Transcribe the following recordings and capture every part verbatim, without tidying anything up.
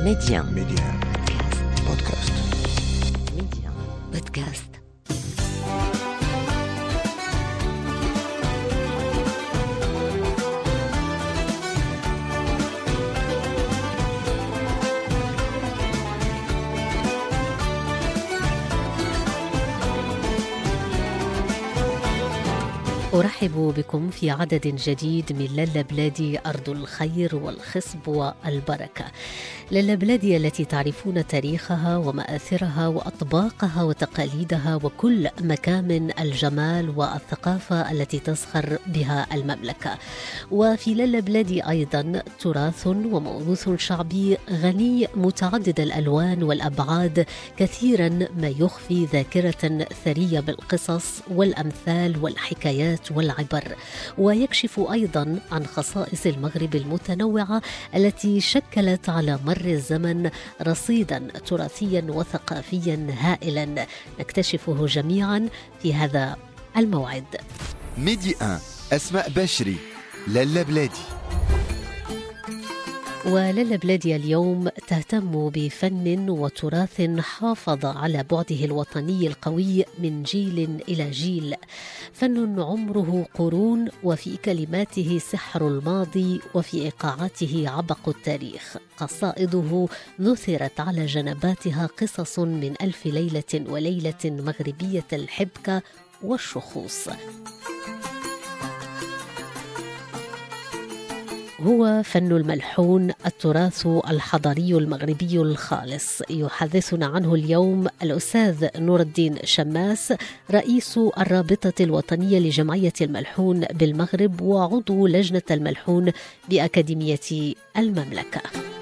Média. Média. Podcast. Média. Podcast. أرحب بكم في عدد جديد من لالا بلادي أرض الخير والخصب والبركة. لالا بلادي التي تعرفون تاريخها ومآثرها وأطباقها وتقاليدها وكل مكامن الجمال والثقافة التي تزخر بها المملكة. وفي لالا بلادي أيضا تراث وموروث شعبي غني متعدد الألوان والأبعاد، كثيرا ما يخفي ذاكرة ثرية بالقصص والأمثال والحكايات والعبر، ويكشف أيضا عن خصائص المغرب المتنوعة التي شكلت على مر الزمن رصيدا تراثيا وثقافيا هائلا نكتشفه جميعا في هذا الموعد. ميدي واحد أسماء بشري، لالا بلادي. ولالا بلادي اليوم تهتم بفن وتراث حافظ على بعده الوطني القوي من جيل إلى جيل، فن عمره قرون وفي كلماته سحر الماضي وفي إيقاعاته عبق التاريخ. قصائده نثرت على جنباتها قصص من ألف ليلة وليلة مغربية الحبكة والشخوص. هو فن الملحون، التراث الحضاري المغربي الخالص. يحدثنا عنه اليوم الأستاذ نور الدين شماس، رئيس الرابطة الوطنية لجمعية الملحون بالمغرب وعضو لجنة الملحون بأكاديمية المملكة.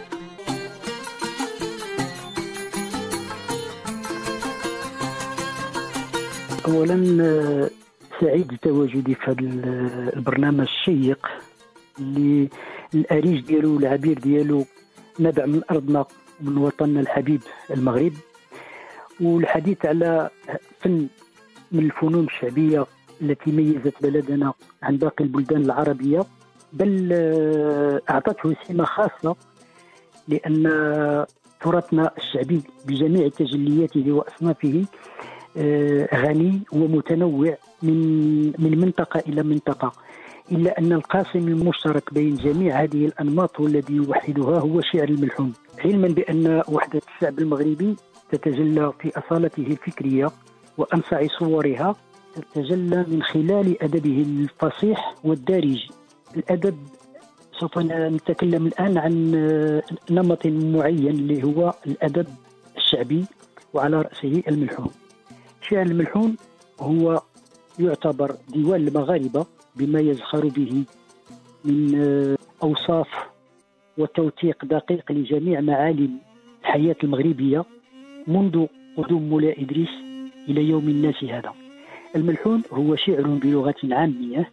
أولا سعيد بتواجدي في هذا البرنامج الشيق اللي الأريج ديالو والعبير ديالو نابع من أرضنا ومن وطننا الحبيب المغرب، والحديث على فن من الفنون الشعبية التي ميزت بلدنا عن باقي البلدان العربية، بل أعطته سمة خاصة لأن تراثنا الشعبي بجميع تجلياته وأصنافه غني ومتنوع من من منطقة إلى منطقة، إلا أن القاسم المشترك بين جميع هذه الأنماط والذي يوحدها هو شعر الملحون، علما بأن وحدة الشعب المغربي تتجلى في أصالته الفكرية وأنصع صورها، تتجلى من خلال أدبه الفصيح والدارج. الأدب سوف نتكلم الآن عن نمط معين اللي هو الأدب الشعبي وعلى رأسه الملحون. شعر الملحون هو يعتبر ديوان المغاربة بما يزخر به من أوصاف وتوثيق دقيق لجميع معالم الحياة المغربية منذ قدوم مولاي إدريس إلى يوم الناس هذا. الملحون هو شعر بلغة عامية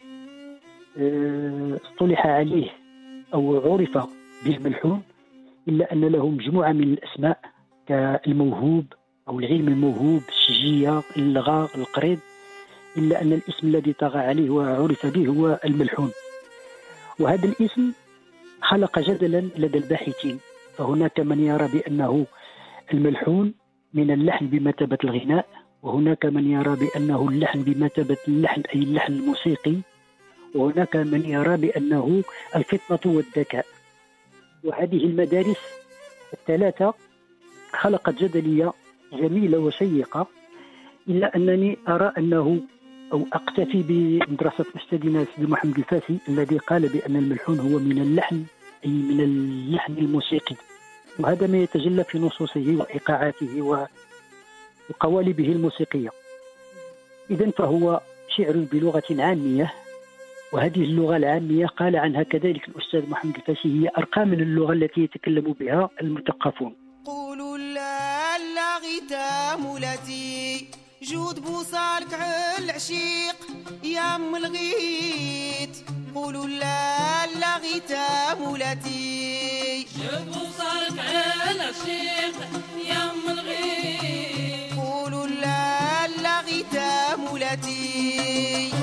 اصطلح عليه أو عرف بالملحون، إلا أن له مجموعة من الأسماء كالموهوب أو العلم الموهوب، الشجية، اللغة، القريض، إلا أن الاسم الذي طغى عليه وعرف به هو الملحون. وهذا الاسم خلق جدلا لدى الباحثين، فهناك من يرى بأنه الملحون من اللحن بمثابة الغناء، وهناك من يرى بأنه اللحن بمثابة اللحن أي اللحن الموسيقي، وهناك من يرى بأنه الفطنة والذكاء. وهذه المدارس الثلاثة خلقت جدلية جميلة وشيقة، إلا أنني أرى أنه أو أقتفي بمدرسة أستاذنا سيدي محمد الفاسي الذي قال بأن الملحون هو من اللحن أي من اللحن الموسيقي، وهذا ما يتجلى في نصوصه وإيقاعاته وقوالبه الموسيقية. إذن فهو شعر بلغة عامية، وهذه اللغة العامية قال عنها كذلك الأستاذ محمد الفاسي هي أرقى من اللغة التي يتكلم بها المثقفون. قولوا لا لا غدا مولاتي جود بوصالك على العشيق يا ام الغيت، قولوا لا لا غدا مولاتي جود بوصالك على العشيق يا ام الغيت، قولوا لا لا غدا مولاتي.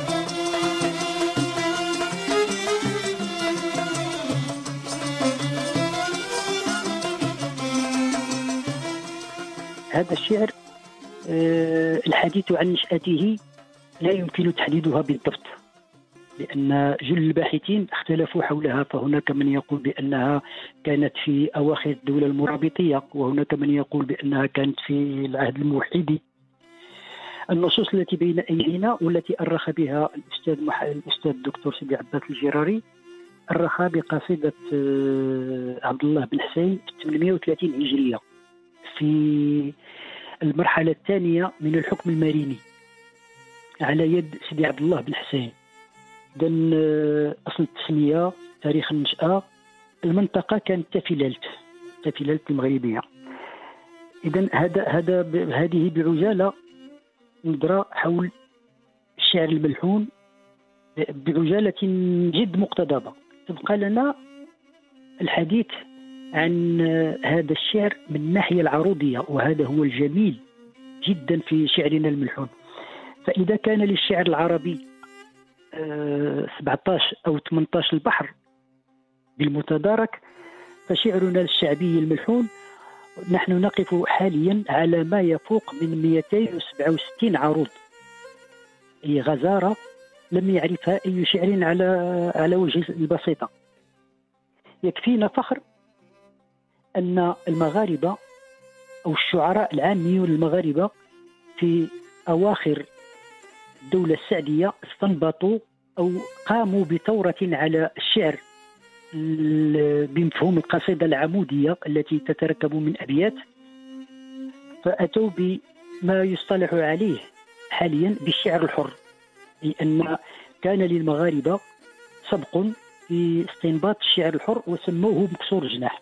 هذا الشعر الحديث عن نشأته لا يمكن تحديدها بالضبط، لأن جل الباحثين اختلفوا حولها. فهناك من يقول بأنها كانت في أواخر الدولة المرابطية، وهناك من يقول بأنها كانت في العهد الموحدي. النصوص التي بين أيدينا والتي أرخ بها الأستاذ مح... الأستاذ الدكتور سيدي عباس الجراري أرخ بقصيدة عبد الله بن حسين في ثمانمائة وثلاثين هجرية في المرحلة الثانية من الحكم الماريني على يد سيدي عبد الله بن حسين. إذن أصل التسمية، تاريخ النشأة، المنطقة كانت تافلالت تافلالت المغربية. إذن هذا هذا هذه بعجالة نظرة حول الشعر الملحون بعجالة جد مقتضبة. تبقى لنا الحديث عن هذا الشعر من الناحية العروضية، وهذا هو الجميل جدا في شعرنا الملحون. فإذا كان للشعر العربي سبعة عشر أو ثمانية عشر البحر بالمتدارك، فشعرنا الشعبي الملحون نحن نقف حاليا على ما يفوق من مئتين وسبعة وستين عروض، أي غزارة لم يعرفها أي شعر على على وجه البسيطة. يكفينا فخر أن المغاربة أو الشعراء العاميون المغاربة في أواخر الدولة السعدية استنبطوا أو قاموا بثورة على الشعر بمفهوم القصيدة العمودية التي تتركب من أبيات، فأتوا بما يصطلح عليه حاليا بالشعر الحر، لأن كان للمغاربة سبق في استنباط الشعر الحر وسموه مكسور الجناح.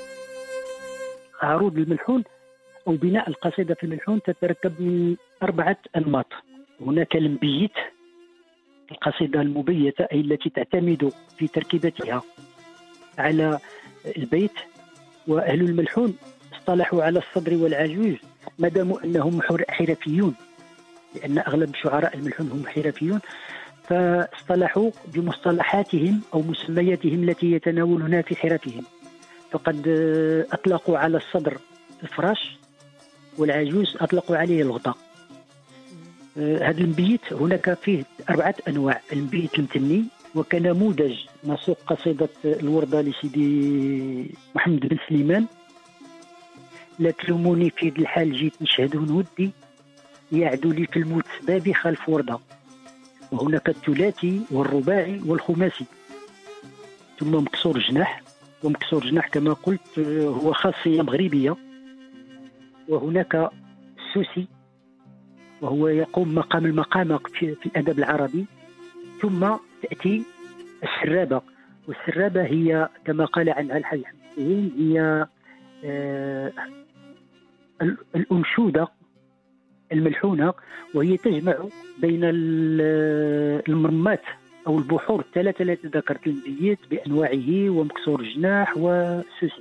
عروض الملحون أو بناء القصيدة في الملحون تتركب من أربعة أنماط. هناك المبيت، القصيدة المبيتة أي التي تعتمد في تركيبتها على البيت، وأهل الملحون اصطلحوا على الصدر والعجوز ما داموا أنهم حرفيون، لأن أغلب شعراء الملحون هم حرفيون، فاصطلحوا بمصطلحاتهم أو مسمياتهم التي يتناولونها في حرفهم. فقد أطلقوا على الصدر الفراش، والعجوز أطلقوا عليه الغطاء. هذا المبيت هناك فيه أربعة أنواع. المبيت المتني وكنموذج مسوق قصيدة الوردة لسيدي محمد بن سليمان: لا تلوموني في ذي الحال جيت نشهد ودي يعدو لي في الموت سبابي خلف وردة. وهناك الثلاثي والرباعي والخماسي. ثم مكسور جناح، ومكسور جناح كما قلت هو خاصية مغربية. وهناك السوسي وهو يقوم مقام المقامة في الأدب العربي. ثم تأتي السرابة، والسرابة هي كما قال عنها الحاج حسين هي آه الأنشودة الملحونة، وهي تجمع بين المرمات أو البحور الثلاثة التي ذكرت: المبيت بأنواعه ومكسور الجناح والسوسي.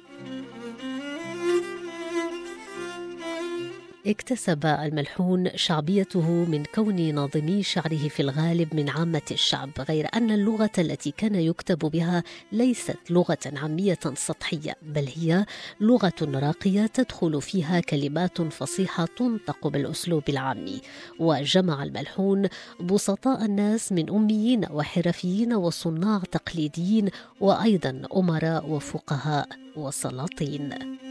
اكتسب الملحون شعبيته من كون ناظمي شعره في الغالب من عامة الشعب، غير أن اللغة التي كان يكتب بها ليست لغة عامية سطحية، بل هي لغة راقية تدخل فيها كلمات فصيحة تنطق بالأسلوب العامي. وجمع الملحون بسطاء الناس من أميين وحرفيين وصناع تقليديين، وأيضا أمراء وفقهاء وسلاطين.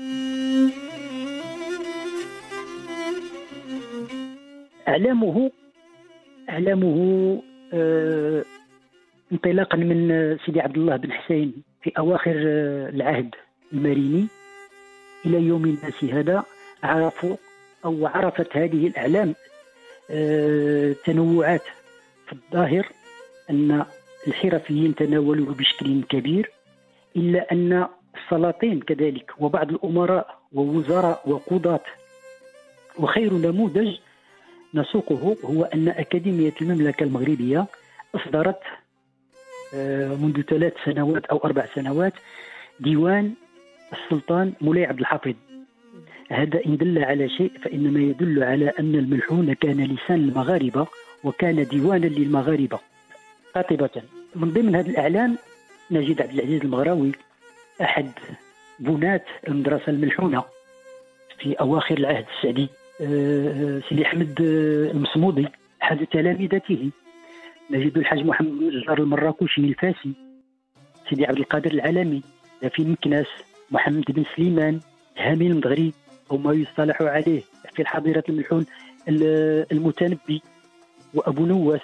أعلامه أعلامه آه انطلاقا من سيدي عبد الله بن حسين في أواخر آه العهد الماريني إلى يوم الناس هذا، عرفوا أو عرفت هذه الأعلام آه تنوعات. في الظاهر أن الحرفيين تناولوه بشكل كبير، إلا أن السلاطين كذلك وبعض الأمراء ووزراء وقضاة. وخير نموذج نسوقه هو أن أكاديمية المملكة المغربية أصدرت منذ ثلاث سنوات أو أربع سنوات ديوان السلطان مولاي عبد الحفيظ. هذا إن دل على شيء فإنما يدل على أن الملحون كان لسان المغاربة وكان ديوانا للمغاربة قاطبة. من ضمن هذه الأعلام نجد عبد العزيز المغراوي، أحد بنات المدرسة الملحونة في في أواخر العهد السعدي سيدي أحمد المصمودي أحد تلامذته، نجد الحاج محمد بن الجار المراكشي الفاسي، سيدي عبد القادر العلمي، في مكناس، محمد بن سليمان، هامين المدغري، أو ما يصطلح عليه في الحضيرة الملحون المتنبي وأبو نواس.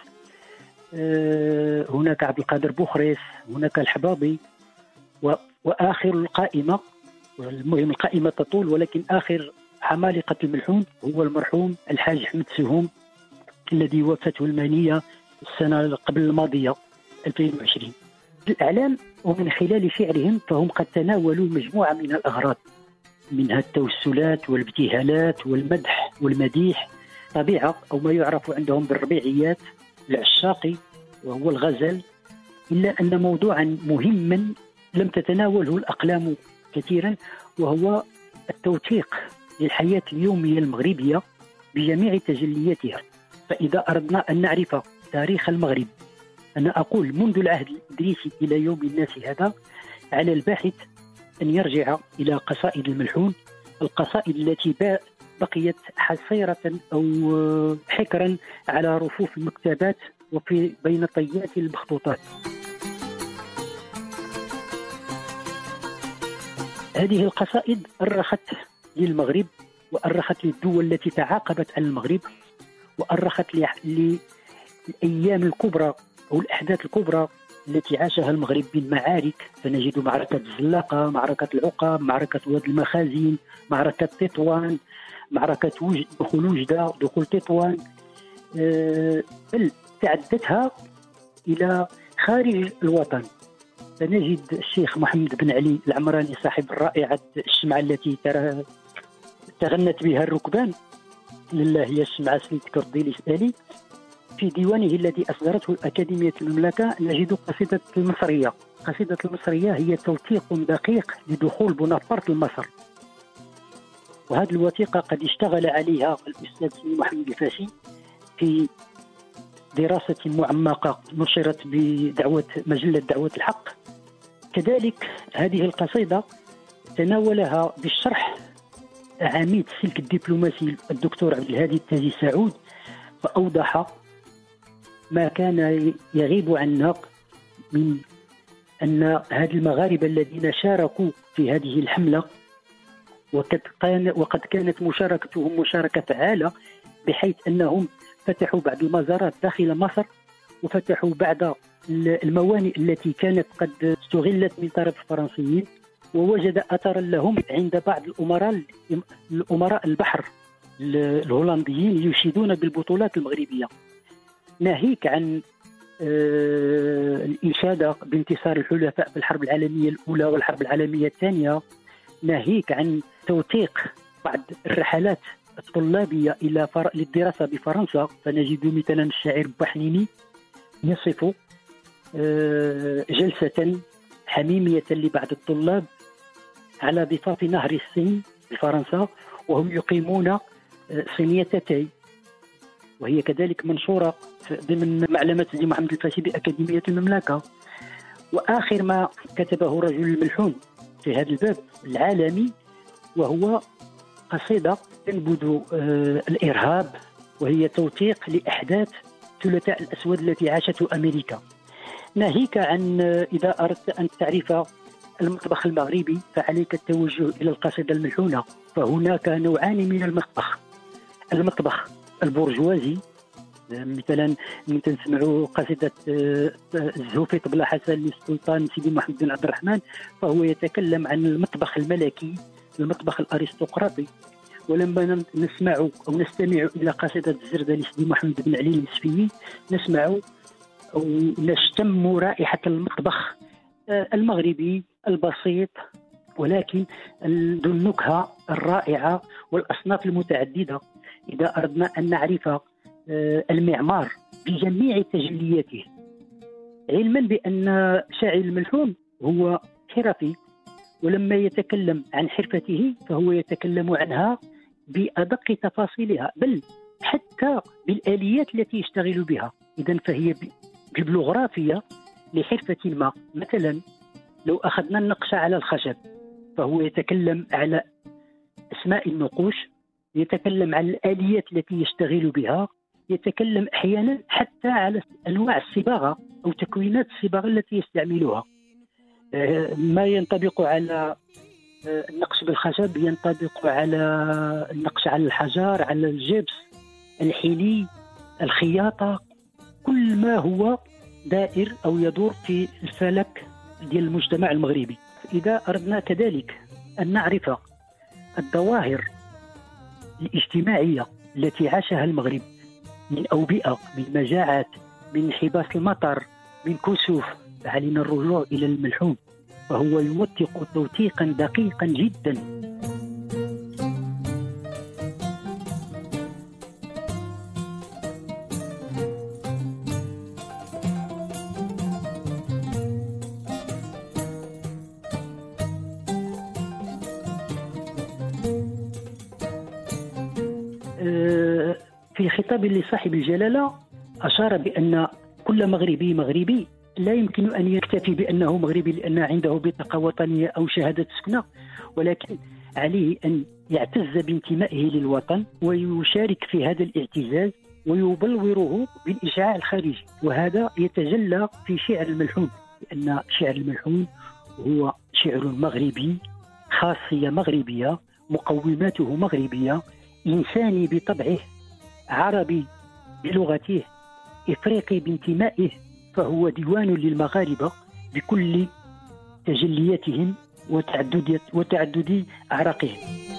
هناك عبد القادر بوخريس، هناك الحبابي، وآخر القائمة، المهم القائمة تطول، ولكن آخر عمالقة الملحون هو المرحوم الحاج أحمد سهوم الذي وفاته المانية السنة قبل الماضية ألفين وعشرين. الأعلام ومن خلال شعرهم فهم قد تناولوا مجموعة من الأغراض، منها التوسلات والابتهالات والمدح والمديح، طبيعة أو ما يعرف عندهم بالربيعيات، العشاقي وهو الغزل، إلا أن موضوعا مهما لم تتناوله الأقلام كثيرا وهو التوثيق للحياة اليومية المغربية بجميع تجلياتها. فإذا أردنا أن نعرف تاريخ المغرب، أنا أقول منذ العهد الإدريسي إلى يوم الناس هذا، على الباحث أن يرجع إلى قصائد الملحون، القصائد التي بقيت حصيرة أو حكرا على رفوف المكتبات وفي بين طيات المخطوطات. هذه القصائد أرخت للمغرب وأرخت للدول التي تعاقبت على المغرب، وأرخت للأيام الكبرى أو الأحداث الكبرى التي عاشها المغرب من معارك. فنجد معركة الزلاقة، معركة العقاب، معركة واد المخازين، معركة تطوان، معركة وج... دخول وجدة، دخول تطوان، أه... بل تعدتها إلى خارج الوطن. فنجد الشيخ محمد بن علي العمراني صاحب الرائعة الشمعة التي ترى تغنت بها الركبان، لله يا الشمعة سليتك ردي لي اسألي، في ديوانه الذي أصدرته أكاديمية المملكة نجد قصيدة المصرية. قصيدة المصرية هي توثيق دقيق لدخول بونابرت لمصر، وهذه الوثيقة قد اشتغل عليها الأستاذ سيدي محمد الفاسي في دراسة معمقة نشرت بدعوة مجلة دعوة الحق. كذلك هذه القصيدة تناولها بالشرح عميد السلك الدبلوماسي الدكتور عبد الهادي التاجي سعود، فأوضح ما كان يغيب عنا من أن هاد المغاربة الذين شاركوا في هذه الحملة وقد, كان وقد كانت مشاركتهم مشاركة فعالة، بحيث أنهم فتحوا بعض المزارات داخل مصر، وفتحوا بعض الموانئ التي كانت قد استغلت من طرف الفرنسيين، ووجد أثرا لهم عند بعض الأمراء الأمراء البحر الهولنديين يشيدون بالبطولات المغربية، ناهيك عن الإشادة بانتصار الحلفاء في الحرب العالمية الأولى والحرب العالمية الثانية، ناهيك عن توثيق بعض الرحلات الطلابية إلى فر... للدراسة بفرنسا. فنجد مثلا الشاعر بحنيني يصف جلسة حميمية لبعض الطلاب على ضفاف نهر السين بفرنسا وهم يقيمون صينية تاي، وهي كذلك منشورة ضمن معلمة سيدي محمد الفاسي بأكاديمية المملكة. وآخر ما كتبه رجل الملحون في هذا الباب العالمي وهو قصيدة تنبذ الإرهاب، وهي توثيق لأحداث ثلاثاء الأسود التي عاشته أمريكا. ناهيك عن إذا أردت أن تعرف المطبخ المغربي فعليك التوجه إلى القصيدة الملحونة، فهناك نوعان من المطبخ: المطبخ البرجوازي، مثلا من تسمعوا قصيدة الزوفيط بلا حسن للسلطان سيدي محمد بن عبد الرحمن، فهو يتكلم عن المطبخ الملكي، المطبخ الأرستقراطي. ولما نسمع أو نستمع إلى قصيدة الزردة لسيدي محمد بن علي اليوسفي نسمع أو نشتم رائحة المطبخ المغربي البسيط، ولكن ذو النكهة الرائعة والأصناف المتعددة. إذا أردنا أن نعرف المعمار بجميع تجلياته، علما بأن شاعر الملحون هو حرفي، ولما يتكلم عن حرفته فهو يتكلم عنها بأدق تفاصيلها، بل حتى بالآليات التي يشتغل بها. إذن فهي ببلوغرافية لحرفة ما. مثلا لو أخذنا النقش على الخشب فهو يتكلم على أسماء النقوش، يتكلم عن الآليات التي يشتغل بها، يتكلم أحيانا حتى على أنواع الصباغة أو تكوينات الصباغة التي يستعملها. ما ينطبق على النقش بالخشب ينطبق على النقش على الحجر، على الجبس، الحلي، الخياطة، كل ما هو دائر أو يدور في الفلك ديال المجتمع المغربي. إذا أردنا كذلك أن نعرف الظواهر الاجتماعية التي عاشها المغرب من أوبئة، من مجاعات، من انحباس المطر، من كسوف، علينا الرجوع إلى الملحوم، فهو يوثق توثيقا دقيقا جدا. في خطاب لصاحب الجلالة أشار بأن كل مغربي مغربي لا يمكن أن يكتفي بأنه مغربي لأن عنده بطاقة وطنية أو شهادة سكنة، ولكن عليه أن يعتز بانتمائه للوطن ويشارك في هذا الاعتزاز ويبلوره بالإشعاع الخارجي. وهذا يتجلى في شعر الملحون، لأن شعر الملحون هو شعر مغربي، خاصية مغربية، مقوماته مغربية، إنساني بطبعه، عربي بلغته، إفريقي بانتمائه، فهو ديوان للمغاربة بكل تجلياتهم وتعدد وتعدد أعراقهم.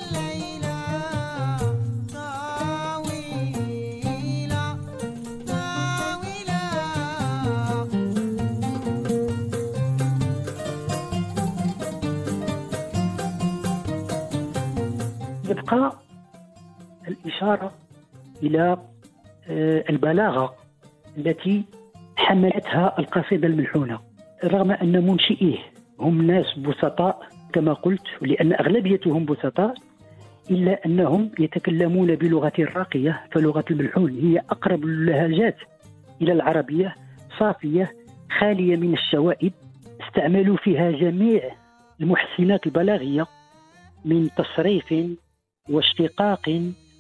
يبقى الإشارة إلى البلاغة التي حملتها القصيدة الملحونة، رغم أن منشئيه هم ناس بسطاء كما قلت، لأن أغلبيتهم بسطاء، إلا أنهم يتكلمون بلغة راقية، فلغة الملحون هي أقرب اللهجات إلى العربية، صافية خالية من الشوائب، استعملوا فيها جميع المحسنات البلاغية من تصريف واشتقاق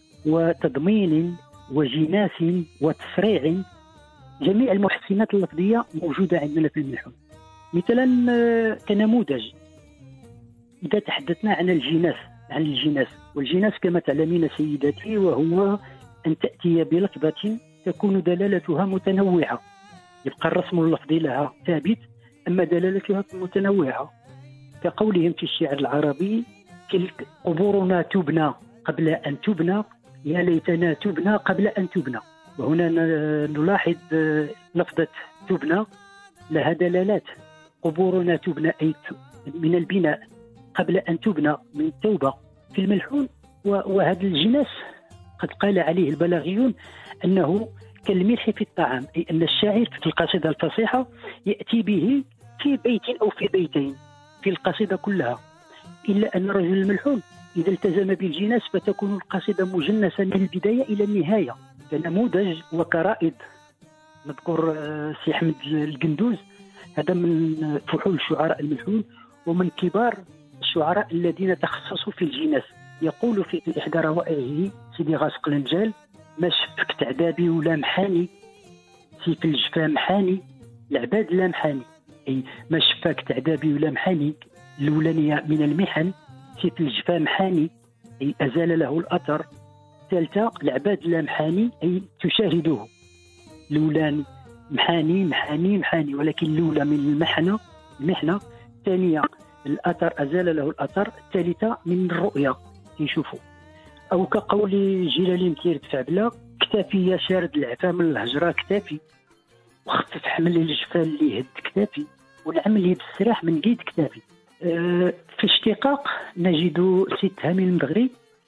وتضمين وجناس وتسريع. جميع المحسنات اللفظية موجودة عندنا في الملحون. مثلا كنموذج، إذا تحدثنا عن الجناس عن الجناس والجناس كما تعلمين سيدتي، وهو أن تأتي بلفظة تكون دلالتها متنوعة، يبقى الرسم اللفظي لها ثابت أما دلالتها متنوعة، كقولهم في الشعر العربي: تلك قبورنا تبنى قبل أن تبنى، يا ليتنا تبنى قبل أن تبنى. وهنا نلاحظ لفظة تبنى لها دلالات، قبورنا تبنى أي من البناء، قبل أن تبنى من التوبة في الملحون. وهذا الجناس قد قال عليه البلاغيون أنه كالملح في الطعام، أي أن الشاعر في القصيدة الفصيحة يأتي به في بيت أو في بيتين في القصيدة كلها، إلا أن رجل الملحون إذا التزم بالجناس فتكون القصيدة مجنسة من البداية إلى النهاية. كنموذج وكرائد نذكر سي أحمد القندوز، هذا من فحول الشعراء الملحون ومن كبار الشعراء الذين تخصصوا في الجناس. يقول في إحدى روائعه سيدي غاسق النجال: ما شفك تعذابي ولا محاني، سيف الجفا محاني العباد لا محاني، أي ما شفاك تعذابي ولا محاني الأولانية من المحن، سيف الجفا محاني أي أزال له الأثر. ثالثة العباد لا محاني أي تشاهده، الأولاني محاني محاني محاني ولكن الأولى من المحنة المحنة، الثانية الأثر أزال له الأثر، الثالثة من الرؤية يشوفوا. أو كقول جلالي مكير دفعبلا: كتافي يا شارد العفا من الهجرة كتافي، وخفف حمل الجفا اللي يهد كتافي، والعمل يبسراح من قيد كتافي. أه في اشتقاق نجد ست هامي المغري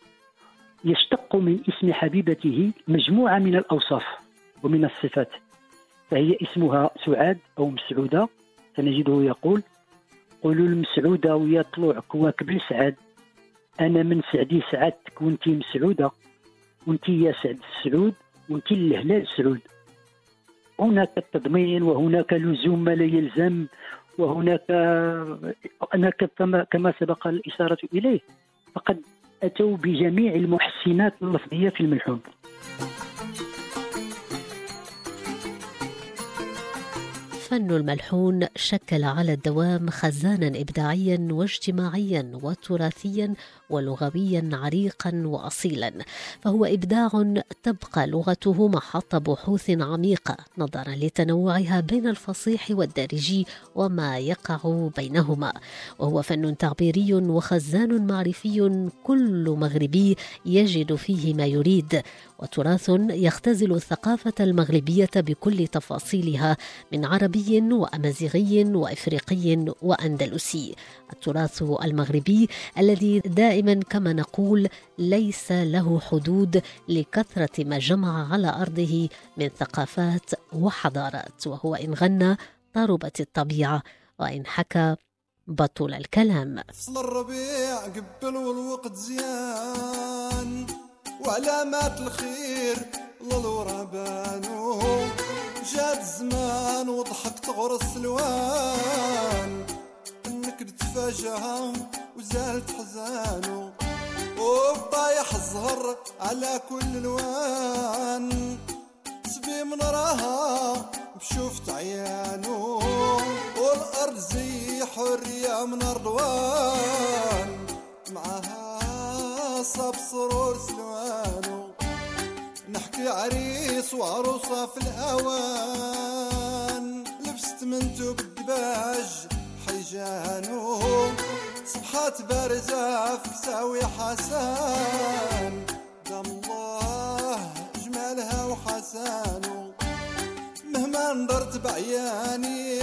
يشتق من اسم حبيبته مجموعة من الأوصاف ومن الصفات، فهي اسمها سعاد أو مسعودة، فنجده يقول: قولوا المسعودة ويا طلوع كواكب السعاد، أنا من سعدي سعادتك وانتي مسعودة، وانتي يا سعد السعود وانتي الهلال سعود. هناك التضمين وهناك لزوم ما لا يلزم، وهناك هناك كما سبق الإشارة إليه، فقد أتوا بجميع المحسنات اللفظية في الملحون. فن الملحون شكل على الدوام خزانا إبداعيا واجتماعيا وتراثيا ولغويا عريقا وأصيلا، فهو إبداع تبقى لغته محط بحوث عميقة نظرا لتنوعها بين الفصيح والدارجي وما يقع بينهما، وهو فن تعبيري وخزان معرفي كل مغربي يجد فيه ما يريد، وتراث يختزل الثقافة المغربية بكل تفاصيلها من عربي وأمازيغي وإفريقي وأندلسي. التراث المغربي الذي دائما كما نقول ليس له حدود لكثرة ما جمع على أرضه من ثقافات وحضارات، وهو إن غنى طربت الطبيعة وإن حكى بطل الكلام. فصل الربيع قبل والوقت زيان وعلامات الخير للورا بانو، جات الزمان وضحكت غرس الوان، انك تفاجأها وزالت حزانو، وبطايح الزهر على كل الوان، سبي من راها بشوفت عيانو، والارض زي حرية من رضوان، معها صاب سرور سلوانو، نحكي عريس وعروسة في الأوان، لبست منتو بالدباج حيجانو، صبحات بارزة في كساوي حسان، دام الله جمالها وحسانو، مهما نظرت بعياني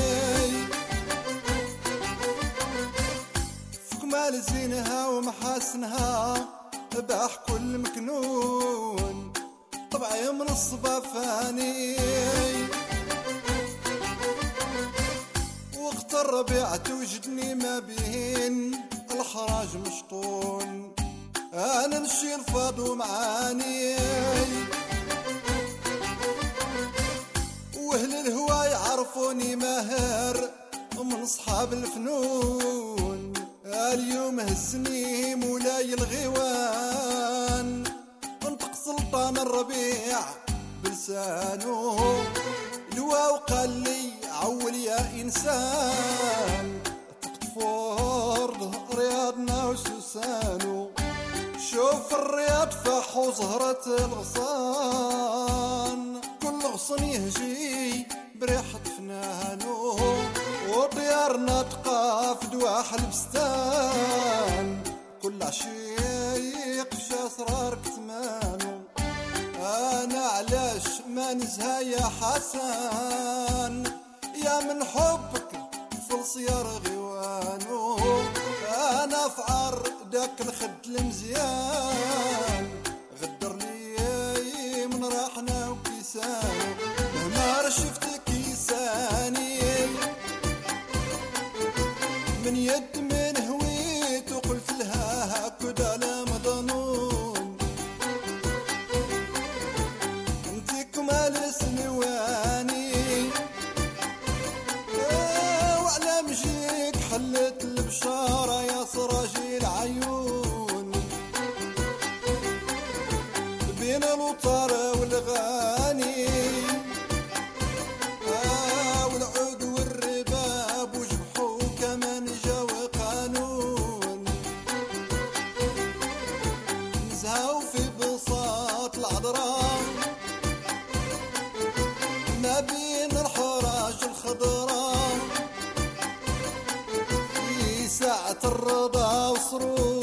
في كمال زينها ومحاسنها باح كل مكنون، طبعي من الصبا فاني، وقت الربيع توجدني ما بين الحراج مشطون، انا نشيل فاضو معاني، واهل الهوى يعرفوني ماهر من اصحاب الفنون، اليوم هزني مولاي الغيوان، انطق سلطان الربيع بلسانه، الواو قال لي عول يا انسان، تقفور رياضنا وسوسانو، شوف الرياض فاح وزهرة الغصان، كل غصن يهجي بريحة فنانو، وطيارنا تقى في دواح البستان، كل عشيق في اسرار كتمانو، انا علاش ما نزهى يا حسن، يا من حبك فلس يا رغوانو، انا في عرضك الخد المزيان، غدر لي من راحنا وكيسانو، مهما شفتك كيساني من يد من هويت، وقلت لها هكذا لا مظنون، انتي كمال سنواني، وعلى مجيك حلت البشارة يا سراجي العيون، بين الوتر والغاني، والعود والرباب وجبحوا كمان جاو قانون، نزهاو في بساط العذراء ما بين الحراج الخضراء، في ساعة الرضا وصروف